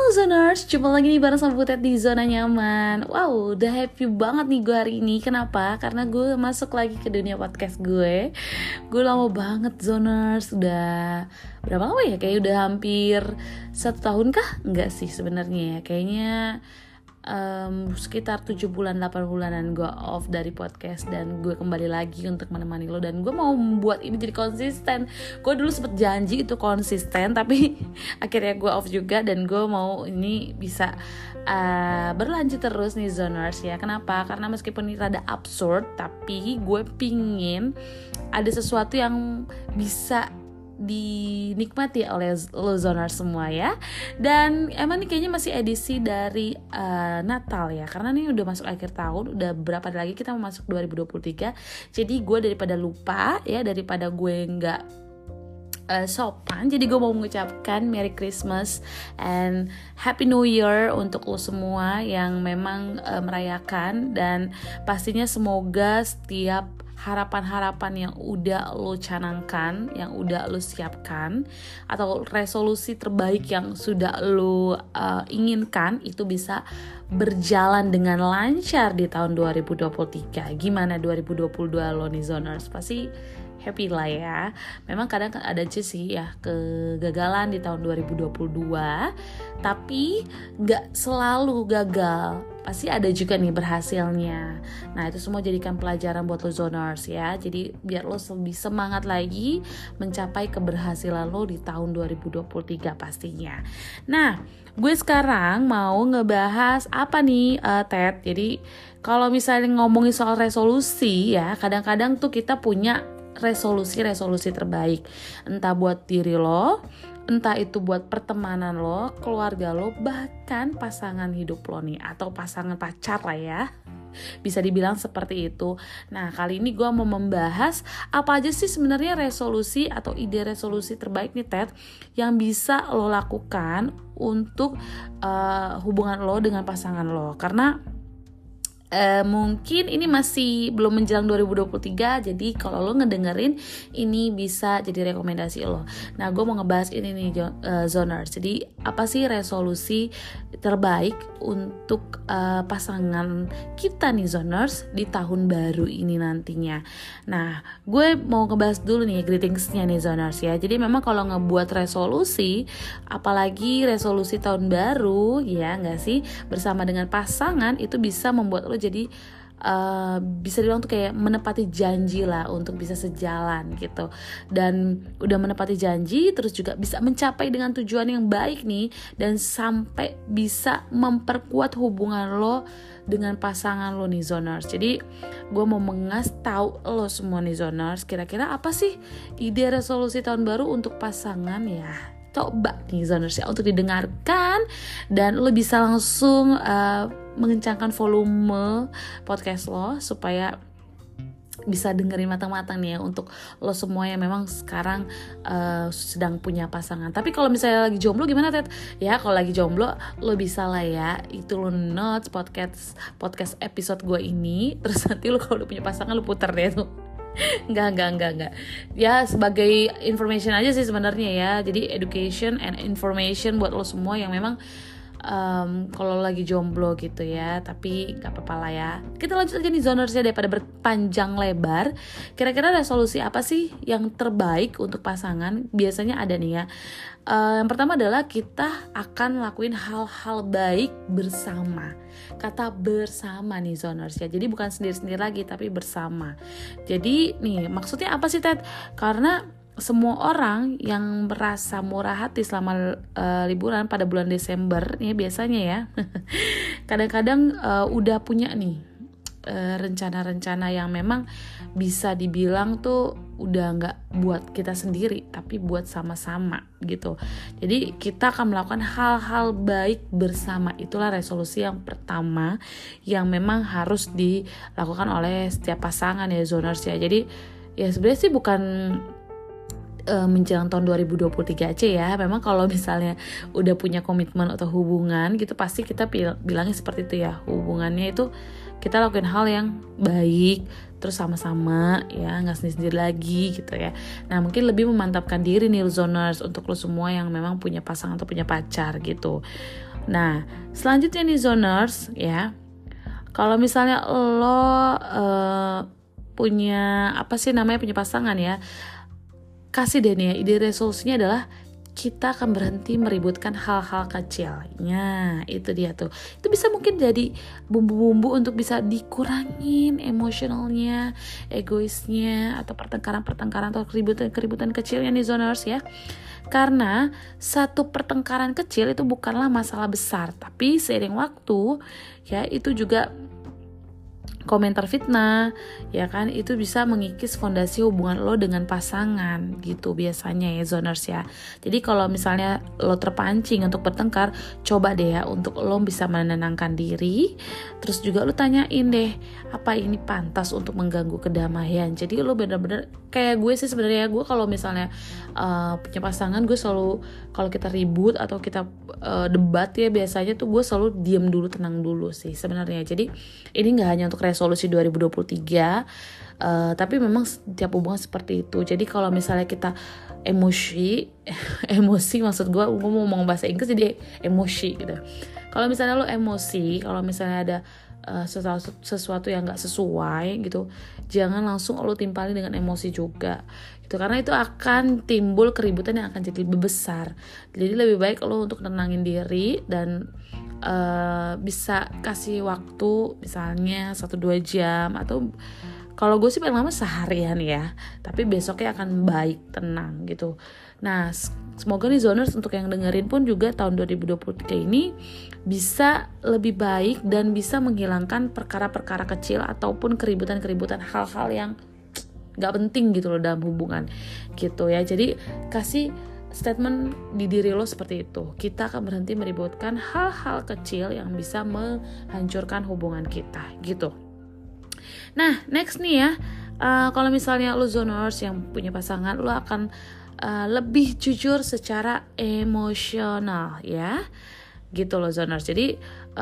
Zoners, jumpa lagi nih bareng sama Butet di Zona Nyaman. Wow, udah happy banget nih gue hari ini. Kenapa? Karena gue masuk lagi ke dunia podcast gue. Gue lama banget Zoners, udah berapa lama ya? Kayak udah hampir 1 tahun kah? Enggak sih sebenarnya ya. Kayaknya sekitar 7 bulan 8 bulanan gue off dari podcast, dan gue kembali lagi untuk menemani lo, dan gue mau membuat ini jadi konsisten. Gue dulu sempet janji itu konsisten, tapi akhirnya gue off juga, dan gue mau ini bisa berlanjut terus nih Zoners ya. Kenapa? Karena meskipun ini rada absurd, tapi gue pingin ada sesuatu yang bisa dinikmati oleh lo Zoners semua ya. Dan emang nih kayaknya masih edisi dari Natal ya, karena nih udah masuk akhir tahun, udah berapa hari lagi kita mau masuk 2023. Jadi gue daripada lupa ya, daripada gue nggak sopan, jadi gue mau mengucapkan Merry Christmas and Happy New Year untuk lo semua yang memang merayakan, dan pastinya semoga setiap harapan-harapan yang udah lo canangkan, yang udah lo siapkan, atau resolusi terbaik yang sudah lo inginkan itu bisa berjalan dengan lancar di tahun 2023. Gimana 2022 lo nih Zoners? Pasti happy lah ya. Memang kadang ada aja sih ya kegagalan di tahun 2022, tapi gak selalu gagal, pasti ada juga nih berhasilnya. Nah itu semua jadikan pelajaran buat lo Zoners ya. Jadi biar lo lebih semangat lagi mencapai keberhasilan lo di tahun 2023 pastinya. Nah gue sekarang mau ngebahas apa nih Ted. Jadi kalau misalnya ngomongin soal resolusi ya, kadang-kadang tuh kita punya resolusi terbaik, entah buat diri lo, entah itu buat pertemanan lo, keluarga lo, bahkan pasangan hidup lo nih, atau pasangan pacar lah ya, bisa dibilang seperti itu. Nah kali ini gue mau membahas apa aja sih sebenarnya resolusi atau ide resolusi terbaik nih Ted, yang bisa lo lakukan untuk hubungan lo dengan pasangan lo. Karena mungkin ini masih belum menjelang 2023, jadi kalau lo ngedengerin ini bisa jadi rekomendasi lo. Nah gue mau ngebahas ini nih Zoners. Jadi apa sih resolusi terbaik untuk pasangan kita nih Zoners di tahun baru ini nantinya. Nah gue mau ngebahas dulu nih greetingsnya nih Zoners ya. Jadi memang kalau ngebuat resolusi, apalagi resolusi tahun baru ya nggak sih, bersama dengan pasangan, itu bisa membuat lo jadi bisa dibilang tuh kayak menepati janji lah untuk bisa sejalan gitu. Dan udah menepati janji, terus juga bisa mencapai dengan tujuan yang baik nih, dan sampai bisa memperkuat hubungan lo dengan pasangan lo nih Zoners. Jadi gue mau mengas tahu lo semua nih Zoners, kira-kira apa sih ide resolusi tahun baru untuk pasangan ya. Coba nih Zoners ya untuk didengarkan, dan lo bisa langsung mengencangkan volume podcast lo supaya bisa dengerin matang-matang nih ya, untuk lo semua yang memang sekarang sedang punya pasangan. Tapi kalau misalnya lagi jomblo gimana Ted? Ya kalau lagi jomblo lo bisa lah ya, itu lo notes podcast episode gue ini, terus nanti lo kalau udah punya pasangan lo puter deh tuh. Enggak. Ya sebagai information aja sih sebenarnya ya. Jadi education and information buat lo semua yang memang kalau lagi jomblo gitu ya. Tapi gak apa-apa lah ya. Kita lanjut aja nih Zoners ya, daripada berpanjang lebar. Kira-kira resolusi apa sih yang terbaik untuk pasangan? Biasanya ada nih ya. Yang pertama adalah kita akan lakuin hal-hal baik bersama. Kata bersama nih Zoners ya. Jadi bukan sendiri-sendiri lagi, tapi bersama. Jadi nih maksudnya apa sih Ted? Karena semua orang yang merasa murah hati selama liburan pada bulan Desember ya biasanya ya kadang-kadang udah punya nih rencana-rencana yang memang bisa dibilang tuh udah nggak buat kita sendiri, tapi buat sama-sama gitu. Jadi kita akan melakukan hal-hal baik bersama. Itulah resolusi yang pertama yang memang harus dilakukan oleh setiap pasangan ya Zoners ya. Jadi ya sebenarnya sih bukan menjelang tahun 2023 aja ya. Memang kalau misalnya udah punya komitmen atau hubungan gitu, pasti kita bilangnya seperti itu ya. Hubungannya itu kita lakuin hal yang baik terus sama-sama ya, nggak sendiri-sendiri lagi gitu ya. Nah mungkin lebih memantapkan diri nih zoners untuk lo semua yang memang punya pasangan atau punya pacar gitu. Nah selanjutnya nih zoners ya, kalau misalnya lo punya punya pasangan ya, kasih deh nih ya, ide resolusinya adalah kita akan berhenti meributkan hal-hal kecilnya. Itu dia tuh. Itu bisa mungkin jadi bumbu-bumbu untuk bisa dikurangin emosionalnya, egoisnya, atau pertengkaran-pertengkaran atau keributan kecilnya nih zoners ya. Karena satu pertengkaran kecil itu bukanlah masalah besar, tapi seiring waktu ya itu juga komentar fitnah ya kan, itu bisa mengikis fondasi hubungan lo dengan pasangan gitu biasanya ya zoners ya. Jadi kalau misalnya lo terpancing untuk bertengkar, coba deh ya untuk lo bisa menenangkan diri, terus juga lo tanyain deh apa ini pantas untuk mengganggu kedamaian. Jadi lo benar-benar kayak gue sih sebenarnya, gue kalau misalnya punya pasangan, gue selalu kalau kita ribut atau kita debat ya, biasanya tuh gue selalu diam dulu, tenang dulu sih sebenarnya. Jadi ini nggak hanya untuk resolusi 2023, tapi memang setiap hubungan seperti itu. Jadi kalau misalnya kita emosi maksud gue mau ngomong bahasa Inggris jadi emosi gitu. Kalau misalnya lo emosi, kalau misalnya ada sesuatu yang nggak sesuai gitu, jangan langsung lo timpali dengan emosi juga gitu, karena itu akan timbul keributan yang akan jadi lebih besar. Jadi lebih baik lo untuk nenangin diri dan bisa kasih waktu misalnya 1-2 jam, atau kalau gue sih paling lama seharian ya, tapi besoknya akan baik, tenang gitu. Nah semoga nih zoners untuk yang dengerin pun juga tahun 2023 ini bisa lebih baik dan bisa menghilangkan perkara-perkara kecil ataupun keributan-keributan hal-hal yang gak penting gitu loh dalam hubungan gitu ya. Jadi kasih statement di diri lo seperti itu, kita akan berhenti meributkan hal-hal kecil yang bisa menghancurkan hubungan kita gitu. Nah next nih ya, kalau misalnya lo zoners yang punya pasangan, lo akan lebih jujur secara emosional ya gitu loh zoners. Jadi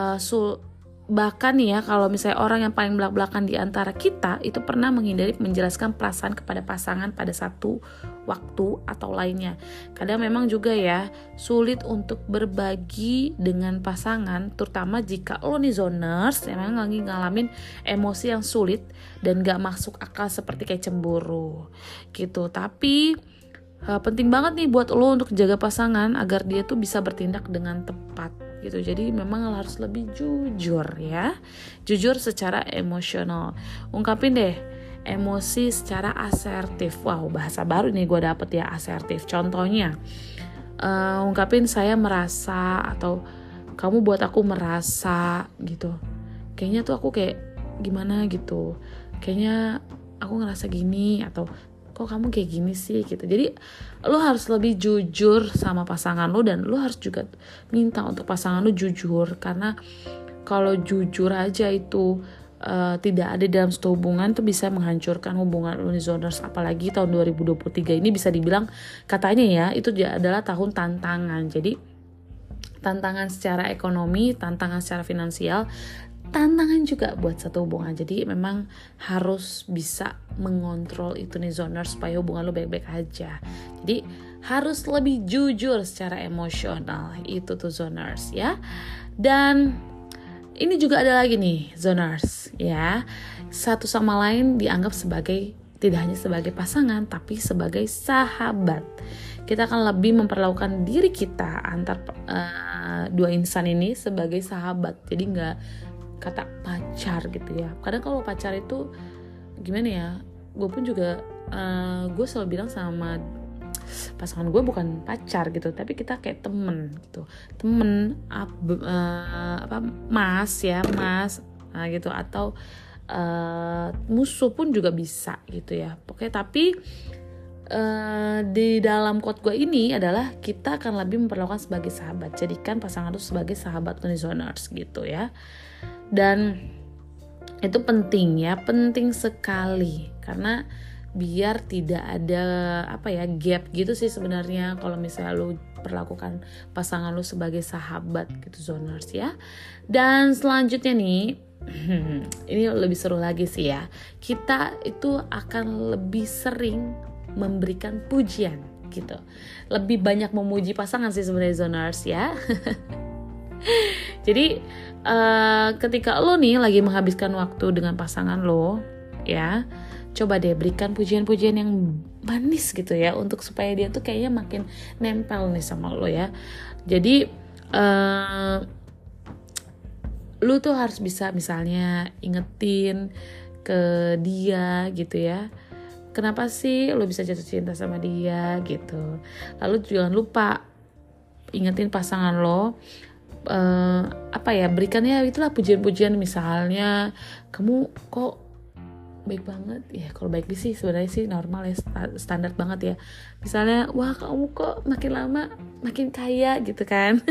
bahkan nih ya, kalau misalnya orang yang paling belak-belakan di antara kita itu pernah menghindari menjelaskan perasaan kepada pasangan pada satu waktu atau lainnya. Kadang memang juga ya sulit untuk berbagi dengan pasangan, terutama jika lo nih zoners emang lagi ngalamin emosi yang sulit dan gak masuk akal seperti kayak cemburu gitu. Tapi penting banget nih buat lo untuk jaga pasangan agar dia tuh bisa bertindak dengan tepat gitu. Jadi memang harus lebih jujur ya, jujur secara emosional. Ungkapin deh emosi secara asertif. Wow, bahasa baru nih gue dapet ya, asertif. Contohnya ungkapin saya merasa, atau kamu buat aku merasa gitu. Kayaknya tuh aku kayak gimana gitu, kayaknya aku ngerasa gini, atau kok kamu kayak gini sih gitu. Jadi lo harus lebih jujur sama pasangan lo, dan lo harus juga minta untuk pasangan lo jujur, karena kalau jujur aja itu tidak ada dalam suatu hubungan tuh bisa menghancurkan hubungan lo nih zoners. Apalagi tahun 2023 ini bisa dibilang katanya ya itu adalah tahun tantangan. Jadi tantangan secara ekonomi, tantangan secara finansial, tantangan juga buat satu hubungan. Jadi memang harus bisa mengontrol itu nih zoners supaya hubungan lo baik-baik aja. Jadi harus lebih jujur secara emosional, itu tuh zoners ya. Dan ini juga ada lagi nih zoners ya, satu sama lain dianggap sebagai, tidak hanya sebagai pasangan tapi sebagai sahabat. Kita akan lebih memperlakukan diri kita antar dua insan ini sebagai sahabat. Jadi nggak kata pacar gitu ya. Kadang kalau pacar itu gimana ya, gue pun juga gue selalu bilang sama pasangan gue bukan pacar gitu, tapi kita kayak temen gitu, temen mas gitu, atau musuh pun juga bisa gitu ya pokoknya. Tapi di dalam quote gue ini adalah kita akan lebih memperlakukan sebagai sahabat. Jadikan pasangan itu sebagai sahabat zoners gitu ya. Dan itu penting ya, penting sekali, karena biar tidak ada gap gitu sih sebenarnya kalau misalnya lu perlakukan pasangan lu sebagai sahabat gitu zoners ya. Dan selanjutnya nih, ini lebih seru lagi sih ya. Kita itu akan lebih sering memberikan pujian gitu. Lebih banyak memuji pasangan sih sebenarnya zoners ya. Jadi ketika lo nih lagi menghabiskan waktu dengan pasangan lo ya, coba deh berikan pujian-pujian yang manis gitu ya, untuk supaya dia tuh kayaknya makin nempel nih sama lo ya. Jadi lu tuh harus bisa misalnya ingetin ke dia gitu ya, kenapa sih lu bisa jatuh cinta sama dia gitu. Lalu jangan lupa ingetin pasangan lo, berikan ya itulah pujian-pujian, misalnya kamu kok baik banget ya. Kalau baik sih sebenarnya sih normal ya, standar banget ya. Misalnya, wah kamu kok makin lama makin kaya gitu kan.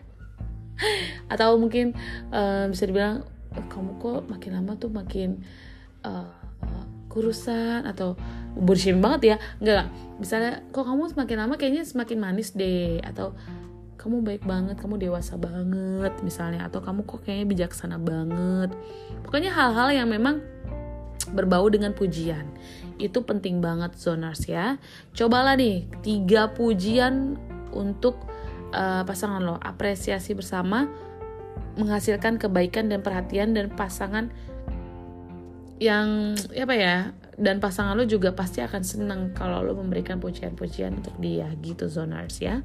Atau mungkin bisa dibilang, kamu kok makin lama tuh makin kurusan, atau bersin banget ya, enggak, misalnya kok kamu semakin lama kayaknya semakin manis deh, atau kamu baik banget, kamu dewasa banget misalnya, atau kamu kok kayaknya bijaksana banget. Pokoknya hal-hal yang memang berbau dengan pujian itu penting banget zoners ya. Cobalah nih 3 pujian untuk pasangan lo. Apresiasi bersama menghasilkan kebaikan dan perhatian, dan pasangan yang dan pasangan lo juga pasti akan senang kalau lo memberikan pujian-pujian untuk dia gitu zoners ya.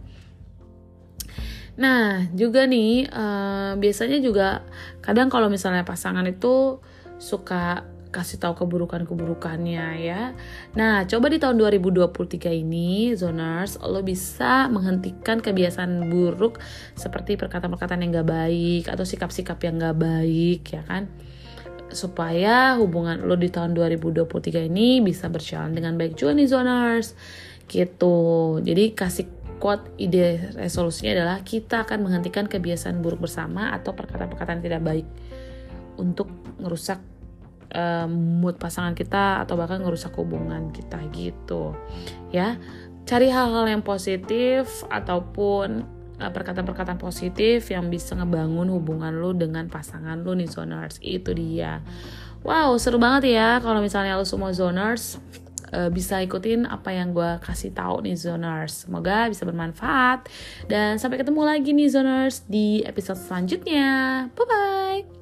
Nah juga nih biasanya juga kadang kalau misalnya pasangan itu suka kasih tahu keburukan-keburukannya ya. Nah, coba di tahun 2023 ini, zoners, lo bisa menghentikan kebiasaan buruk seperti perkataan-perkataan yang gak baik atau sikap-sikap yang gak baik ya kan. Supaya hubungan lo di tahun 2023 ini bisa berjalan dengan baik juga nih zoners. Gitu. Jadi kasih quote, ide resolusinya adalah kita akan menghentikan kebiasaan buruk bersama atau perkataan-perkataan tidak baik untuk merusak mood pasangan kita atau bahkan ngerusak hubungan kita gitu ya. Cari hal-hal yang positif ataupun perkataan-perkataan positif yang bisa ngebangun hubungan lu dengan pasangan lu nih zoners. Itu dia. Wow, seru banget ya kalau misalnya lu semua zoners bisa ikutin apa yang gue kasih tahu nih zoners. Semoga bisa bermanfaat, dan sampai ketemu lagi nih zoners di episode selanjutnya. Bye bye.